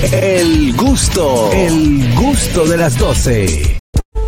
El gusto de las 12.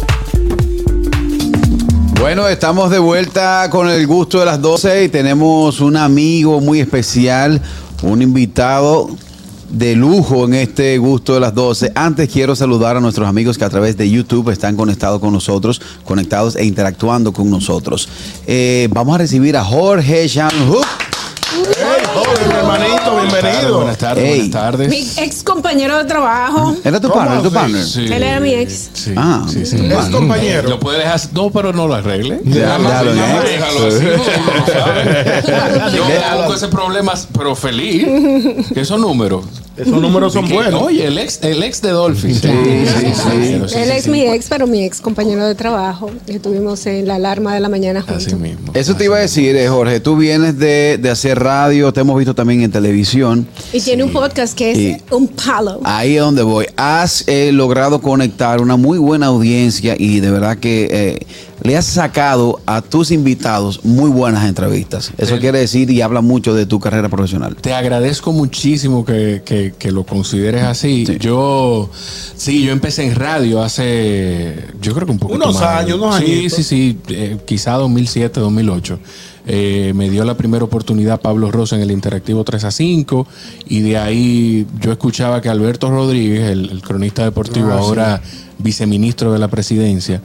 Bueno, estamos de vuelta con el gusto de las 12 y tenemos un amigo muy especial, un invitado de lujo en este gusto de las 12. Antes quiero saludar a nuestros amigos que a través de YouTube están conectados con nosotros, conectados e interactuando con nosotros. Vamos a recibir a Jorge Shanhook. Hey, Jorge, mi hermanito, bienvenido. Buenas tardes, Hey. buenas tardes. Mi ex compañero de trabajo. ¿Era tu partner? ¿Tu partner? Sí. Él era mi ex. Sí, Ah, sí, sí. Es compañero. Lo puede dejar, no, pero no lo arregle. Déjalo, ¿eh? Déjalo así, uno lo sabe. Yo tengo ese problema, pero feliz, que esos números. Esos números son Que, buenos. Oye, el ex de Dolphin. Sí, Él es mi ex, pero mi ex compañero de trabajo. Estuvimos en la alarma de la mañana juntos. Así mismo. Eso te iba a decir, Jorge, tú vienes de hacer radio, te hemos visto también en televisión. Y tiene un podcast que es Sí. un palo. Ahí es donde voy. Has logrado conectar una muy buena audiencia y de verdad que le has sacado a tus invitados muy buenas entrevistas. Eso quiere decir y habla mucho de tu carrera profesional. Te agradezco muchísimo que lo consideres así. Sí. Yo empecé en radio hace, yo creo que un poquito Unos más. años, unos Sí, añitos. sí, quizá 2007, 2008. Me dio la primera oportunidad Pablo Rosa en el Interactivo 3 a 5 y de ahí yo escuchaba que Alberto Rodríguez, el cronista deportivo, ahora viceministro de la presidencia,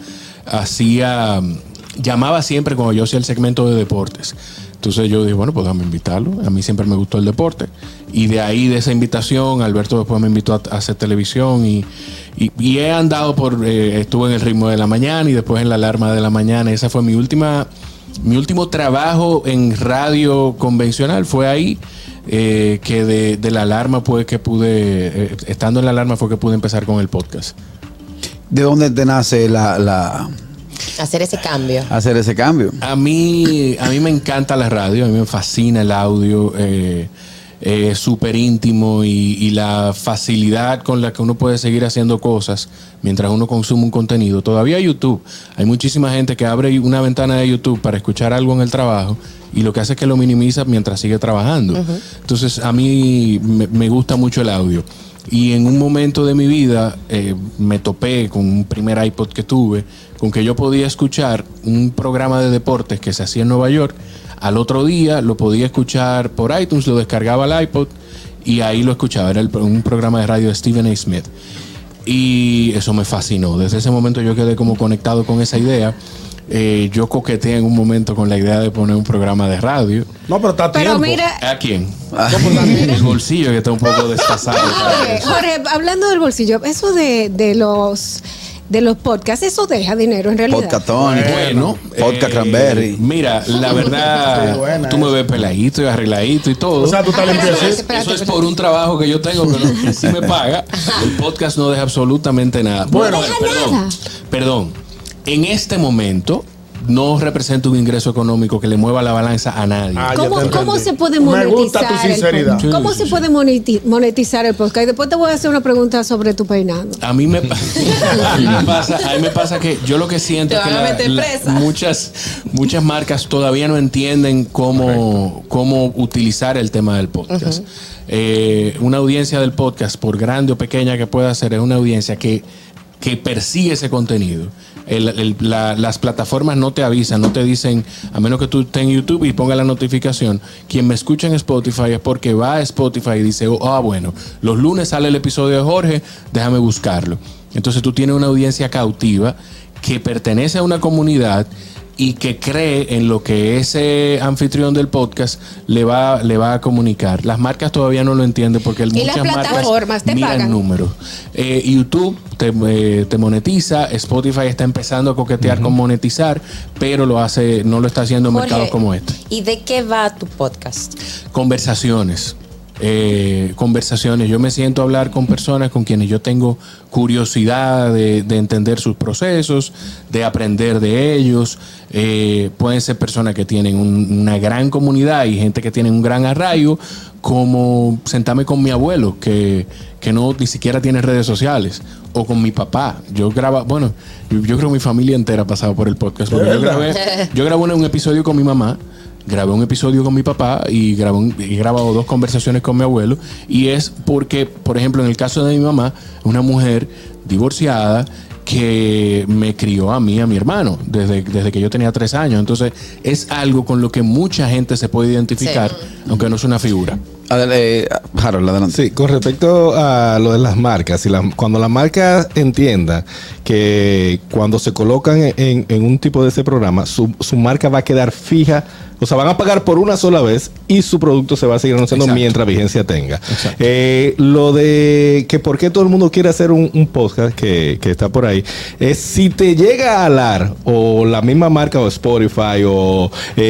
llamaba siempre cuando yo hacía el segmento de deportes. Entonces yo dije, bueno, pues déjame invitarlo. A mí siempre me gustó el deporte. Y de ahí, de esa invitación, Alberto después me invitó a hacer televisión y he andado estuve en el ritmo de la mañana y después en la alarma de la mañana. Esa fue mi último trabajo en radio convencional. Fue ahí que de la alarma pues que pude, estando en la alarma fue que pude empezar con el podcast. ¿De dónde te nace Hacer ese cambio. hacer ese cambio? A mí me encanta la radio, a mí me fascina el audio, es súper íntimo y la facilidad con la que uno puede seguir haciendo cosas mientras uno consume un contenido. Todavía YouTube, hay muchísima gente que abre una ventana de YouTube para escuchar algo en el trabajo y lo que hace es que lo minimiza mientras sigue trabajando. Entonces a mí me gusta mucho el audio. Y en un momento de mi vida me topé con un primer iPod que tuve, con que yo podía escuchar un programa de deportes que se hacía en Nueva York. Al otro día lo podía escuchar por iTunes, lo descargaba al iPod y ahí lo escuchaba. Era un programa de radio de Stephen A. Smith. Y eso me fascinó. Desde ese momento yo quedé como conectado con esa idea. Yo coqueteé en un momento con la idea de poner un programa de radio. No, pero está a Pero tiempo. mira, ¿A quién? El bolsillo que está un poco desfasado. Jorge, hablando del bolsillo, eso de los podcasts, eso deja dinero en realidad. Podcast Tony. Bueno, Podcast Cranberry. Mira, la verdad, Sí, buena tú me ves peladito y arregladito y todo. O sea, tú estás limpiecito. Eso es por un trabajo que yo tengo que sí me paga. El podcast no deja absolutamente nada. Bueno, No deja nada. Perdón. En este momento no representa un ingreso económico que le mueva la balanza a nadie. Ah, ya te ¿Cómo entendí. se puede Me monetizar? gusta tu sinceridad. el podcast? ¿Cómo se puede monetizar el podcast? Y después te voy a hacer una pregunta sobre tu peinado. A mí me pasa que yo lo que siento Te es que van a meter presa. muchas marcas todavía no entienden cómo utilizar el tema del podcast. Una audiencia del podcast, por grande o pequeña que pueda ser, es una audiencia que persigue ese contenido. Las plataformas no te avisan, no te dicen, a menos que tú estés en YouTube y ponga la notificación, quien me escucha en Spotify es porque va a Spotify y dice, bueno, los lunes sale el episodio de Jorge, déjame buscarlo. Entonces tú tienes una audiencia cautiva que pertenece a una comunidad y que cree en lo que ese anfitrión del podcast le va a comunicar. Las marcas todavía no lo entienden porque ¿Y muchas las plataformas marcas te miran pagan? números. YouTube te monetiza, Spotify está empezando a coquetear con monetizar, pero no lo está haciendo en Jorge, mercados como este. ¿Y de qué va tu podcast? Conversaciones. Yo me siento a hablar con personas con quienes yo tengo curiosidad de entender sus procesos, de aprender de ellos. Pueden ser personas que tienen una gran comunidad y gente que tiene un gran arraigo, como sentarme con mi abuelo que no ni siquiera tiene redes sociales, o con mi papá. Yo creo que mi familia entera ha pasado por el podcast, porque yo grabé un episodio con mi mamá. grabé un episodio con mi papá y he grabado 2 conversaciones con mi abuelo. Y es porque, por ejemplo, en el caso de mi mamá, una mujer divorciada que me crió a mí y a mi hermano desde que yo tenía 3 años. Entonces es algo con lo que mucha gente se puede identificar, aunque no es una figura. Harold, adelante. Sí, con respecto a lo de las marcas, cuando la marca entienda que cuando se colocan en un tipo de ese programa, su marca va a quedar fija, o sea, van a pagar por una sola vez y su producto se va a seguir anunciando mientras vigencia tenga. Lo de que por qué todo el mundo quiere hacer un podcast que está por ahí, es si te llega a alar o la misma marca o Spotify o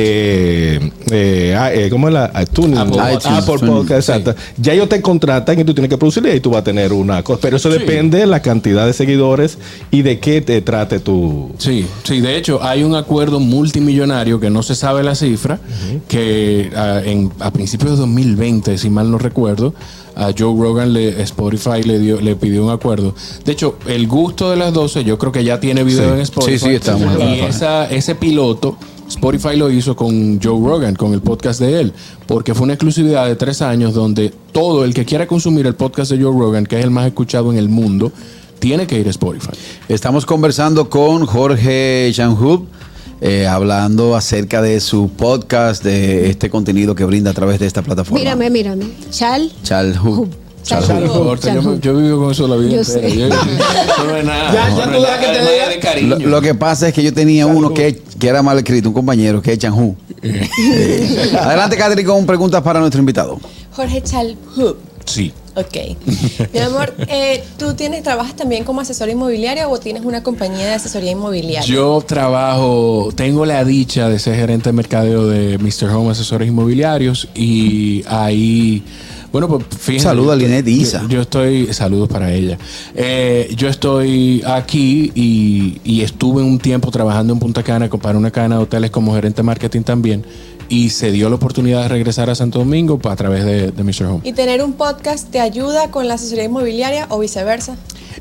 ¿cómo es la? iTunes, Apple Podcast, exacto. Ya ellos te contratan y tú tienes que producirle y tú vas a tener una cosa. Pero eso depende de la cantidad de seguidores y de qué te trate tu... Sí, de hecho hay un acuerdo multimillonario que no se sabe la cifra, que a principios de 2020, si mal no recuerdo, a Joe Rogan Spotify le pidió un acuerdo. De hecho, El Gusto de las 12 yo creo que ya tiene video en Spotify. Sí, estamos. Y ese piloto Spotify lo hizo con Joe Rogan, con el podcast de él, porque fue una exclusividad de 3 años donde todo el que quiera consumir el podcast de Joe Rogan, que es el más escuchado en el mundo, tiene que ir a Spotify. Estamos conversando con Jorge Chanhub, hablando acerca de su podcast, de este contenido que brinda a través de esta plataforma. Mírame. Chanhub. Yo vivo con eso la vida entera. No es nada. Ya tú dejas que te diga de cariño. Lo que pasa es que yo tenía uno que era mal escrito, un compañero que es Chanhub. Adelante, Catherine, con preguntas para nuestro invitado. Jorge Chanhub. Sí. Ok. Mi amor, ¿tú trabajas también como asesor inmobiliario o tienes una compañía de asesoría inmobiliaria? Yo tengo la dicha de ser gerente de mercadeo de Mr. Home Asesores Inmobiliarios y ahí... Bueno, pues fíjense. Saludos a Linet Isa. Saludos para ella. Yo estoy aquí y estuve un tiempo trabajando en Punta Cana para una cadena de hoteles como gerente de marketing también. Y se dio la oportunidad de regresar a Santo Domingo a través de Mr. Home. ¿Y tener un podcast te ayuda con la asesoría inmobiliaria o viceversa?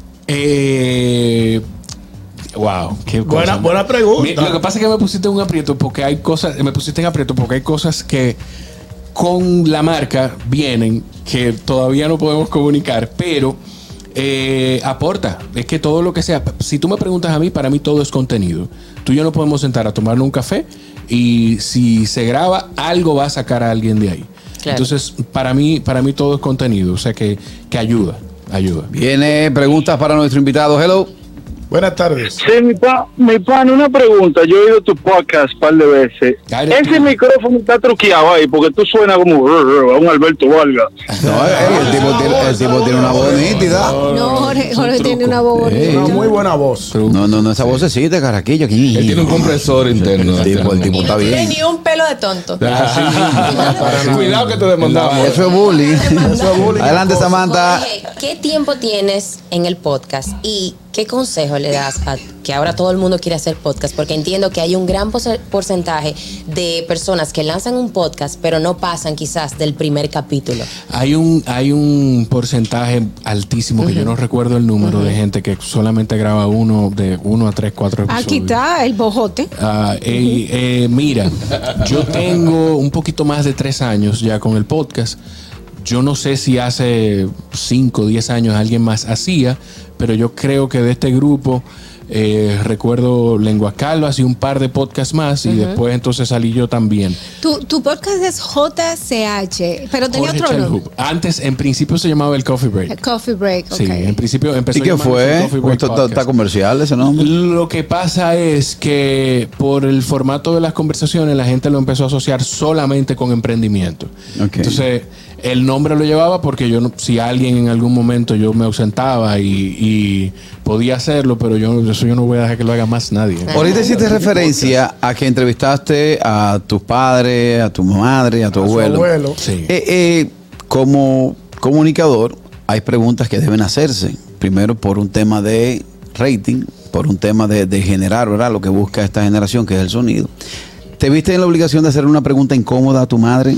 Wow, qué cosa. Buena pregunta. Lo que pasa es que me pusiste en aprieto porque hay cosas que con la marca vienen que todavía no podemos comunicar, pero aporta. Es que todo lo que sea, si tú me preguntas a mí, para mí todo es contenido. Tú y yo no podemos sentar a tomarnos un café y si se graba, algo va a sacar a alguien de ahí. Claro. Entonces, para mí todo es contenido, o sea que ayuda. Viene preguntas para nuestro invitado. Hello. Buenas tardes. Sí, mi pan, una pregunta. Yo he oído tu podcast un par de veces. Ese micrófono está truqueado ahí porque tú suenas como a un Alberto Vargas. No, el tipo tiene una voz nítida. No, Jorge tiene una voz bonita. Una muy buena voz. No, esa vocecita, caraquillo aquí. Él tiene un compresor interno. El tipo está No tiene bien. ni un pelo de tonto. Cuidado que te demandamos. Eso es bullying. Adelante, Samantha. Jorge, ¿qué tiempo tienes en el podcast y qué consejo le das a que ahora todo el mundo quiere hacer podcast? Porque entiendo que hay un gran porcentaje de personas que lanzan un podcast pero no pasan quizás del primer capítulo. Hay un porcentaje altísimo que yo no recuerdo el número de gente que solamente graba de 1 a 3, 4 episodios. Aquí está el bojote. Mira, yo tengo un poquito más de 3 años ya con el podcast. Yo no sé si hace 5 o 10 años alguien más hacía, pero yo creo que de este grupo recuerdo Lengua Calva, hacía un par de podcasts más y después entonces salí yo también. Tu podcast es JCH, pero tenía Jorge otro Chanhub. nombre. Antes, en principio se llamaba el Coffee Break. El Coffee Break, ok. Sí, en principio empezó ¿Y qué fue? ¿Está comercial ese nombre? Lo que pasa es que por el formato de las conversaciones la gente lo empezó a asociar solamente con emprendimiento. Okay. Entonces el nombre lo llevaba porque si alguien en algún momento yo me ausentaba y podía hacerlo, pero eso yo no voy a dejar que lo haga más nadie. Ahorita hiciste referencia a que entrevistaste a tus padres, a tu madre, a tu abuelo. Sí. Como comunicador, hay preguntas que deben hacerse. Primero, por un tema de rating, por un tema de generar, ¿verdad?, lo que busca esta generación, que es el sonido. ¿Te viste en la obligación de hacer una pregunta incómoda a tu madre?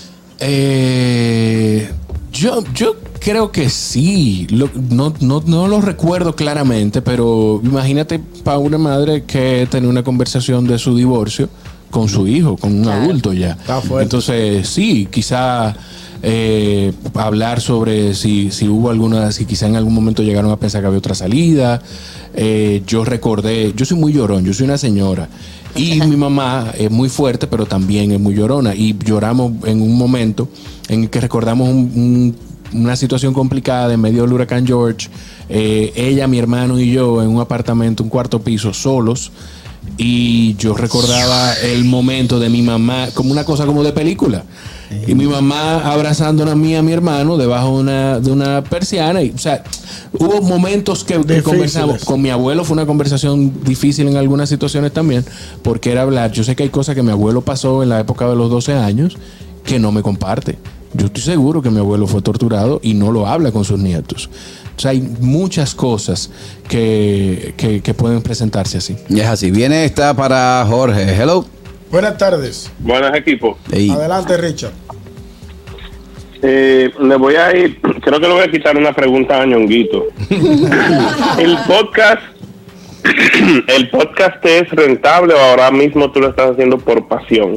Yo creo que sí. No lo recuerdo claramente, pero imagínate para una madre que tenía una conversación de su divorcio con su hijo, con un adulto ya. Entonces, sí, quizá hablar sobre si hubo alguna, si quizá en algún momento llegaron a pensar que había otra salida. Yo recordé, yo soy muy llorón, yo soy una señora. Y mi mamá es muy fuerte, pero también es muy llorona. Y lloramos en un momento en el que recordamos una situación complicada en medio del huracán George. Ella, mi hermano y yo en un apartamento, un cuarto piso, solos. Y yo recordaba el momento de mi mamá como una cosa como de película. Y mi mamá abrazándonos a mí y a mi hermano debajo de una persiana. Y, o sea, hubo momentos que conversamos. Con mi abuelo fue una conversación difícil en algunas situaciones también, porque era hablar. Yo sé que hay cosas que mi abuelo pasó en la época de los 12 años que no me comparte. Yo estoy seguro que mi abuelo fue torturado y no lo habla con sus nietos. O sea, hay muchas cosas que pueden presentarse así. Y es así. Viene esta para Jorge. Hello. Buenas tardes. Buenas, equipo. Hey. Adelante, Richard. Le voy a ir, creo que le voy a quitar una pregunta a Ñonguito. ¿El podcast es rentable o ahora mismo tú lo estás haciendo por pasión?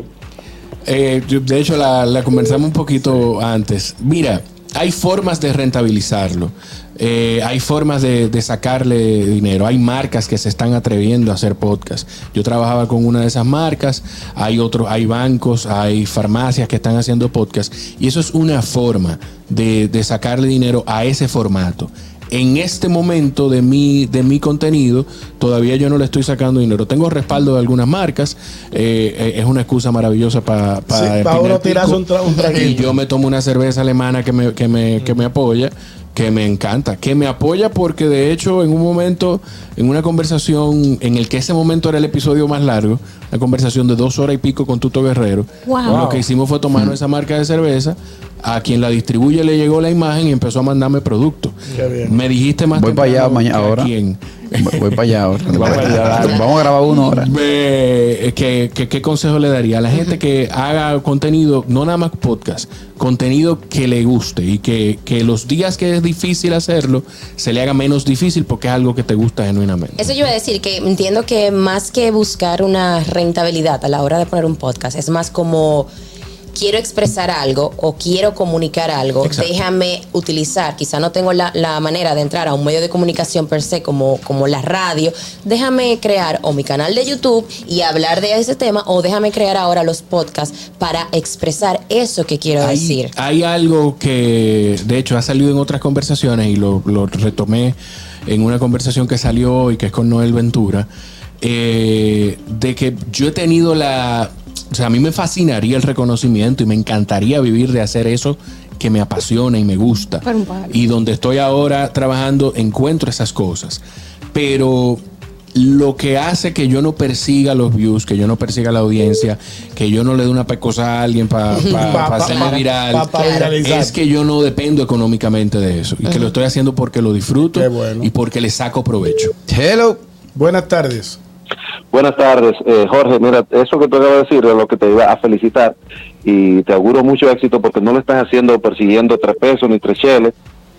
De hecho, la conversamos un poquito antes. Mira, hay formas de rentabilizarlo. Hay formas de sacarle dinero. Hay marcas que se están atreviendo a hacer podcast. Yo trabajaba con una de esas marcas. Hay bancos, hay farmacias que están haciendo podcast. Y eso es una forma de sacarle dinero a ese formato. En este momento de mi contenido, todavía yo no le estoy sacando dinero. Tengo respaldo de algunas marcas. Es una excusa maravillosa para uno tirarse un traguito. Y yo me tomo una cerveza alemana que me apoya, que me encanta, que me apoya porque de hecho en un momento, en una conversación en el que ese momento era el episodio más largo, una conversación de 2 horas y pico con Tuto Guerrero, lo que hicimos fue tomarnos esa marca de cerveza, a quien la distribuye le llegó la imagen y empezó a mandarme producto. Me dijiste más voy para allá mañana ahora. ¿Quién? Voy para allá ahora. Vamos a grabar uno ahora. ¿Qué consejo le daría a la gente que haga contenido, no nada más podcast, contenido que le guste y que los días que es difícil hacerlo se le haga menos difícil porque es algo que te gusta genuinamente? Eso yo iba a decir, que entiendo que más que buscar una rentabilidad a la hora de poner un podcast, es más como quiero expresar algo o quiero comunicar algo. Exacto. Déjame utilizar, quizá no tengo la manera de entrar a un medio de comunicación per se como la radio, déjame crear o mi canal de YouTube y hablar de ese tema, o déjame crear ahora los podcasts para expresar eso que quiero decir. Hay algo que de hecho ha salido en otras conversaciones y lo retomé en una conversación que salió hoy, que es con Noel Ventura, de que yo he tenido o sea, a mí me fascinaría el reconocimiento y me encantaría vivir de hacer eso que me apasiona y me gusta. Y donde estoy ahora trabajando encuentro esas cosas. Pero lo que hace que yo no persiga los views, que yo no persiga la audiencia, que yo no le dé una pecosa a alguien para hacerme viral, es que yo no dependo económicamente de eso. Y que lo estoy haciendo porque lo disfruto y porque le saco provecho. Hello. Buenas tardes. Buenas tardes, Jorge. Mira, eso que te acabo de decir es lo que te iba a felicitar y te auguro mucho éxito porque no lo estás haciendo persiguiendo 3 pesos ni 3 cheles.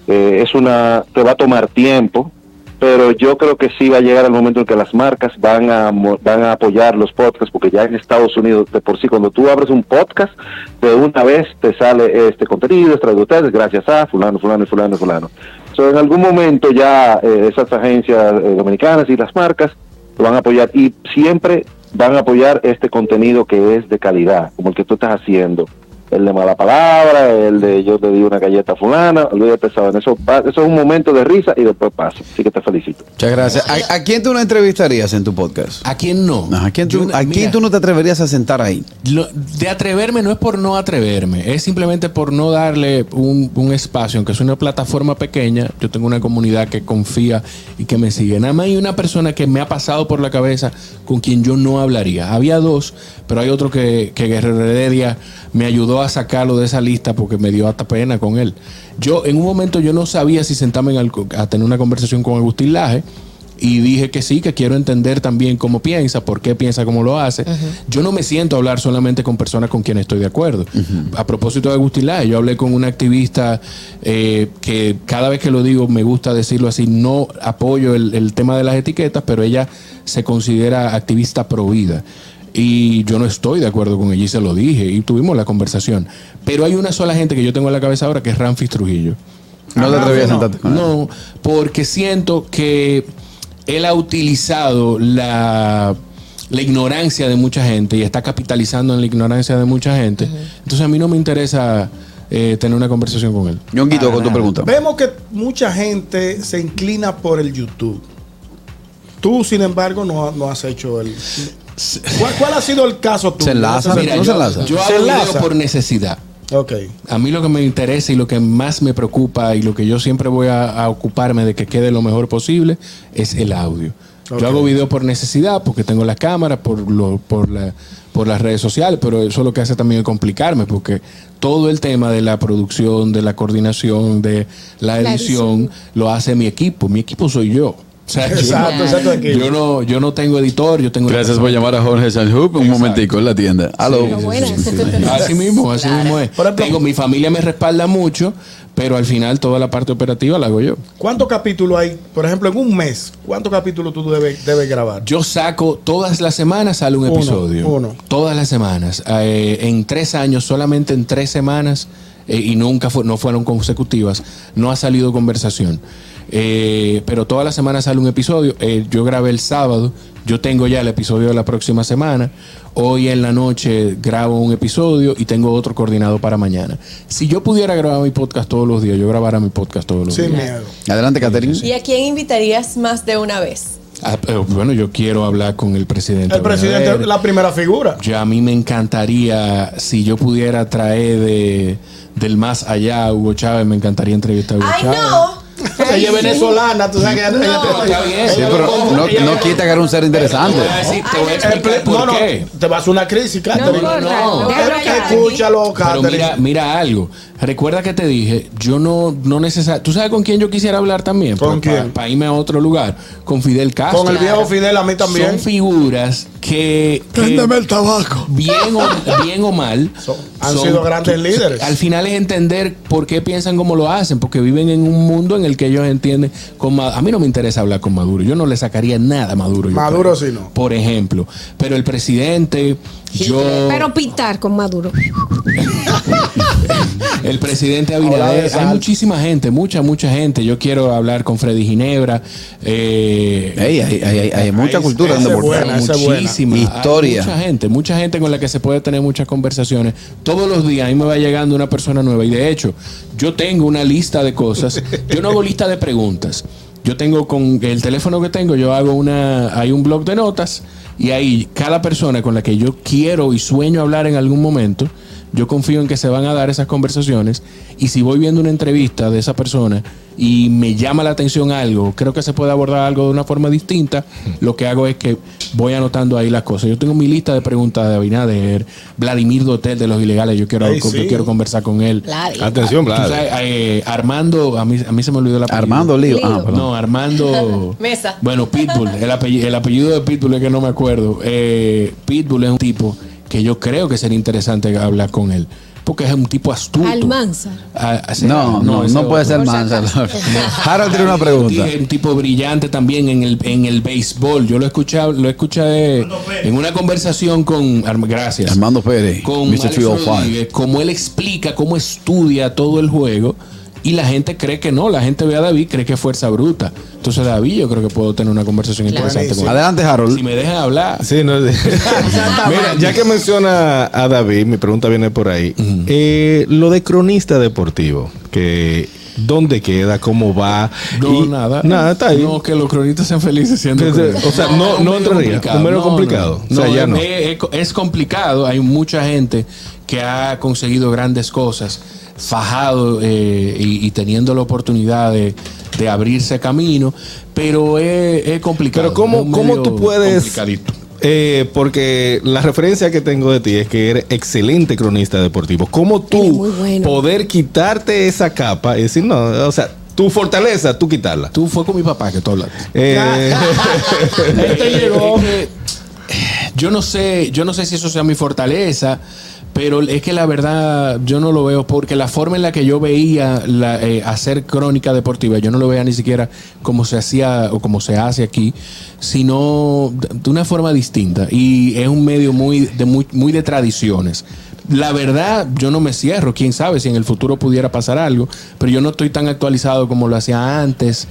Te va a tomar tiempo, pero yo creo que sí va a llegar el momento en que las marcas van a apoyar los podcasts, porque ya en Estados Unidos de por sí cuando tú abres un podcast de una vez te sale este contenido es traído a ustedes gracias a fulano. So, en algún momento ya esas agencias dominicanas y las marcas lo van a apoyar y siempre van a apoyar este contenido que es de calidad, como el que tú estás haciendo. El de mala palabra, el de yo te di una galleta fulana, olvídate, ¿saben? Eso es un momento de risa y después pasa. Así que te felicito. Muchas gracias. ¿A quién tú no entrevistarías en tu podcast? ¿A quién no? ¿A quién tú no te atreverías a sentar ahí? De atreverme no es por no atreverme, es simplemente por no darle un espacio, aunque es una plataforma pequeña. Yo tengo una comunidad que confía y que me sigue. Nada más hay una persona que me ha pasado por la cabeza con quien yo no hablaría. Había 2, pero hay otro que Guerrero Heredia me ayudó a sacarlo de esa lista porque me dio hasta pena con él. Yo en un momento yo no sabía si sentarme a tener una conversación con Agustín Laje y dije que sí, que quiero entender también cómo piensa, por qué piensa, cómo lo hace. Yo no me siento a hablar solamente con personas con quienes estoy de acuerdo. A propósito de Agustín Laje, yo hablé con una activista que cada vez que lo digo me gusta decirlo así, no apoyo el tema de las etiquetas, pero ella se considera activista pro vida. Y yo no estoy de acuerdo con ella y se lo dije y tuvimos la conversación. Pero hay una sola gente que yo tengo en la cabeza ahora que es Ramfis Trujillo. No te atrevías a sentarte con él. No, porque siento que él ha utilizado la ignorancia de mucha gente y está capitalizando en la ignorancia de mucha gente. Entonces a mí no me interesa tener una conversación con él. Ñonguito, con tu pregunta. Vemos que mucha gente se inclina por el YouTube. Tú, sin embargo, no has hecho el... ¿Cuál ha sido el caso tuyo? ¿Se enlaza? Mira, ¿No se enlaza? yo hago video por necesidad. Ok. A mí lo que me interesa y lo que más me preocupa y lo que yo siempre voy a ocuparme de que quede lo mejor posible es el audio. Okay. Yo hago video por necesidad, porque tengo las cámaras, por las redes sociales, pero eso lo que hace también es complicarme, porque todo el tema de la producción, de la coordinación, de la edición, lo hace mi equipo. Mi equipo soy yo. O sea, yo no tengo editor, yo tengo... Gracias por llamar a Jorge Sanjup un momentico en la tienda. Aló. Así mismo es. Por ejemplo, Digo, mi familia me respalda mucho, pero al final toda la parte operativa la hago yo. ¿Cuántos capítulos hay? Por ejemplo, en un mes, ¿cuántos capítulos tú debes grabar? Yo saco, todas las semanas sale un episodio. Uno. Todas las semanas. En 3 años, solamente en 3 semanas, y no fueron consecutivas, no ha salido conversación. Pero todas las semanas sale un episodio. Yo grabé el sábado, yo tengo ya el episodio de la próxima semana. Hoy en la noche grabo un episodio y tengo otro coordinado para mañana. Si yo pudiera grabar mi podcast todos los días, yo grabara mi podcast todos los días. Miedo. Adelante, Catherine. ¿Y a quién invitarías más de una vez? Bueno, yo quiero hablar con el presidente. El presidente es la primera figura. A mí me encantaría, si yo pudiera traer del más allá a Hugo Chávez, me encantaría entrevistar a Hugo Chávez. No. Ella es venezolana, tú sabes que Está bien. Sí, pero no quita que era un ser interesante. Te voy a explicar por qué. Te vas a una crisis, Catherine. No. Escúchalo, Pero Catherine. mira algo. Recuerda que te dije, yo no necesito. ¿Tú sabes con quién yo quisiera hablar también? ¿Con quién? Para irme a otro lugar. Con Fidel Castro. Con el viejo Fidel, a mí también. Son figuras que Préndeme el tabaco. Bien o mal. Han sido grandes líderes. Al final es entender por qué piensan como lo hacen, porque viven en un mundo en el que ellos entienden. A mí no me interesa hablar con Maduro. Yo no le sacaría nada a Maduro. Maduro sí no. Por ejemplo. Pero el presidente, Pero pintar con Maduro. El presidente Abinader, hay muchísima gente, mucha gente. Yo quiero hablar con Freddy Ginebra. Hay mucha cultura en muchísima historia. Hay mucha gente con la que se puede tener muchas conversaciones. Todos los días a mí me va llegando una persona nueva y de hecho yo tengo una lista de cosas. Yo no hago lista de preguntas. Yo tengo con el teléfono que tengo, hay un blog de notas y ahí cada persona con la que yo quiero y sueño hablar en algún momento, yo confío en que se van a dar esas conversaciones y si voy viendo una entrevista de esa persona y me llama la atención algo, creo que se puede abordar algo de una forma distinta, lo que hago es que voy anotando ahí las cosas. Yo tengo mi lista de preguntas de Abinader, Vladimir Dotel de los ilegales, yo quiero conversar con él. Atención, Vlad. Armando, a mí se me olvidó el apellido. Armando Lío. No, Armando Mesa. Bueno, Pitbull, el apellido de Pitbull es que no me acuerdo. Pitbull es un tipo que yo creo que sería interesante hablar con él. Porque es un tipo astuto. Almanzar. No puede ser Almanzar. Harold tiene una pregunta. Un tipo brillante también en el béisbol. Yo lo escuché en una conversación con gracias. Armando Pérez. Con Mr. 305. Como él explica cómo estudia todo el juego. Y la gente cree que no, la gente ve a David, cree que es fuerza bruta. Entonces, David, yo creo que puedo tener una conversación interesante con él. Adelante, Harold. Si me dejan hablar. Sí, no. Mira, ya que menciona a David, mi pregunta viene por ahí. Lo de cronista deportivo, que ¿dónde queda? ¿Cómo va? Nada, está ahí. No, que los cronistas sean felices siendo cronistas. O sea, no entraría. Un menos complicado. No, o sea, ya no. Es complicado. Hay mucha gente que ha conseguido grandes cosas, fajado y teniendo la oportunidad de abrirse camino, pero es complicado. Pero ¿cómo tú puedes? Complicadito. Porque la referencia que tengo de ti es que eres excelente cronista deportivo. ¿Cómo tú poder quitarte esa capa y decir, no, o sea, tu fortaleza, tú quitarla? Tú fue con mi papá que tú hablaste. Llegó. Yo no sé si eso sea mi fortaleza, Pero es que la verdad yo no lo veo, porque la forma en la que yo veía hacer crónica deportiva, yo no lo veía ni siquiera como se hacía o como se hace aquí, sino de una forma distinta. Y es un medio muy de tradiciones. La verdad, yo no me cierro. Quién sabe si en el futuro pudiera pasar algo, pero yo no estoy tan actualizado como lo hacía antes.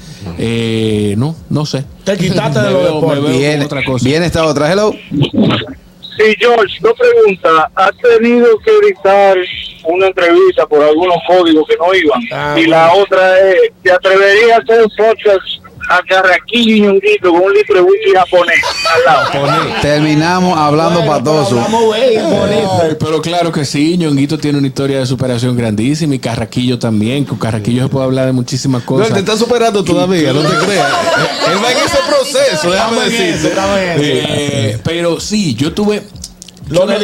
No sé. Te quitaste de lo deportivo. Otra cosa. Bien, esta otra. Hello. Sí, George, dos preguntas. ¿Has tenido que editar una entrevista por algunos códigos que no iban? Y la otra es, ¿te atreverías a hacer un podcast a Carraquillo y Ñonguito con un litro de whisky japonés al lado? Terminamos hablando patoso. Pero claro que sí, Ñonguito tiene una historia de superación grandísima y Carraquillo también. Con Carraquillo se puede hablar de muchísimas cosas. No, te está superando todavía, no te creas. Él va en ese proceso, déjame decirte. Pero sí, yo tuve... Yo no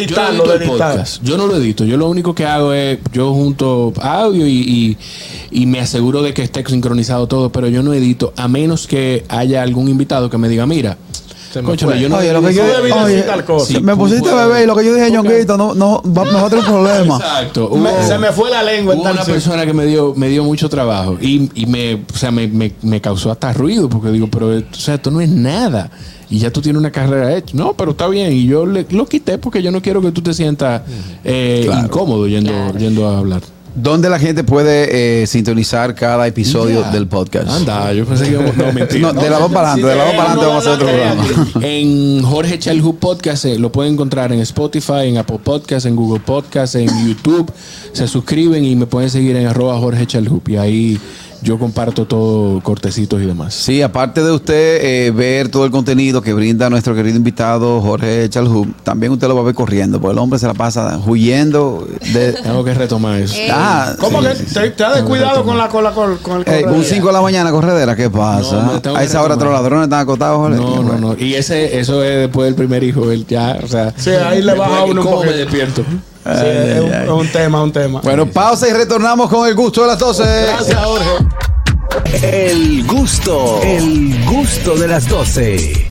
lo edito. Yo lo único que hago es, yo junto audio y me aseguro de que esté sincronizado todo, pero yo no edito a menos que haya algún invitado que me diga, mira, cónchale, yo no me pusiste a beber y lo que yo dije, Ñonguito, no va a tener un problema. Exacto. Se me fue la lengua. Hubo una persona que me dio mucho trabajo y me causó hasta ruido, porque digo, pero esto no es nada. Y ya tú tienes una carrera hecha. No, pero está bien. Y yo lo quité porque yo no quiero que tú te sientas incómodo yendo a hablar. ¿Dónde la gente puede sintonizar cada episodio del podcast? Anda, yo pensé que íbamos... No, mentira. De la voz para adelante, vamos a hacer otro programa. En Jorge Chalhub Podcast lo pueden encontrar en Spotify, en Apple Podcast, en Google Podcast, en YouTube. Se suscriben y me pueden seguir en @Jorge Chalhub. Y ahí yo comparto todo, cortecitos y demás. Sí, aparte de usted ver todo el contenido que brinda nuestro querido invitado Jorge Chalhub, también usted lo va a ver corriendo, porque el hombre se la pasa huyendo. Tengo que retomar eso. ¿Cómo que te has descuidado con el corredera? Un 5 de la mañana corredera, ¿qué pasa? A esa hora otros ladrones están acostados, Jorge. No. Y eso es después del primer hijo. Él ya, o sea... Sí, ahí le baja uno un poco. me despierto. Sí, es un tema. Bueno, pausa y retornamos con el gusto de las 12. Gracias, Jorge. El gusto de las 12.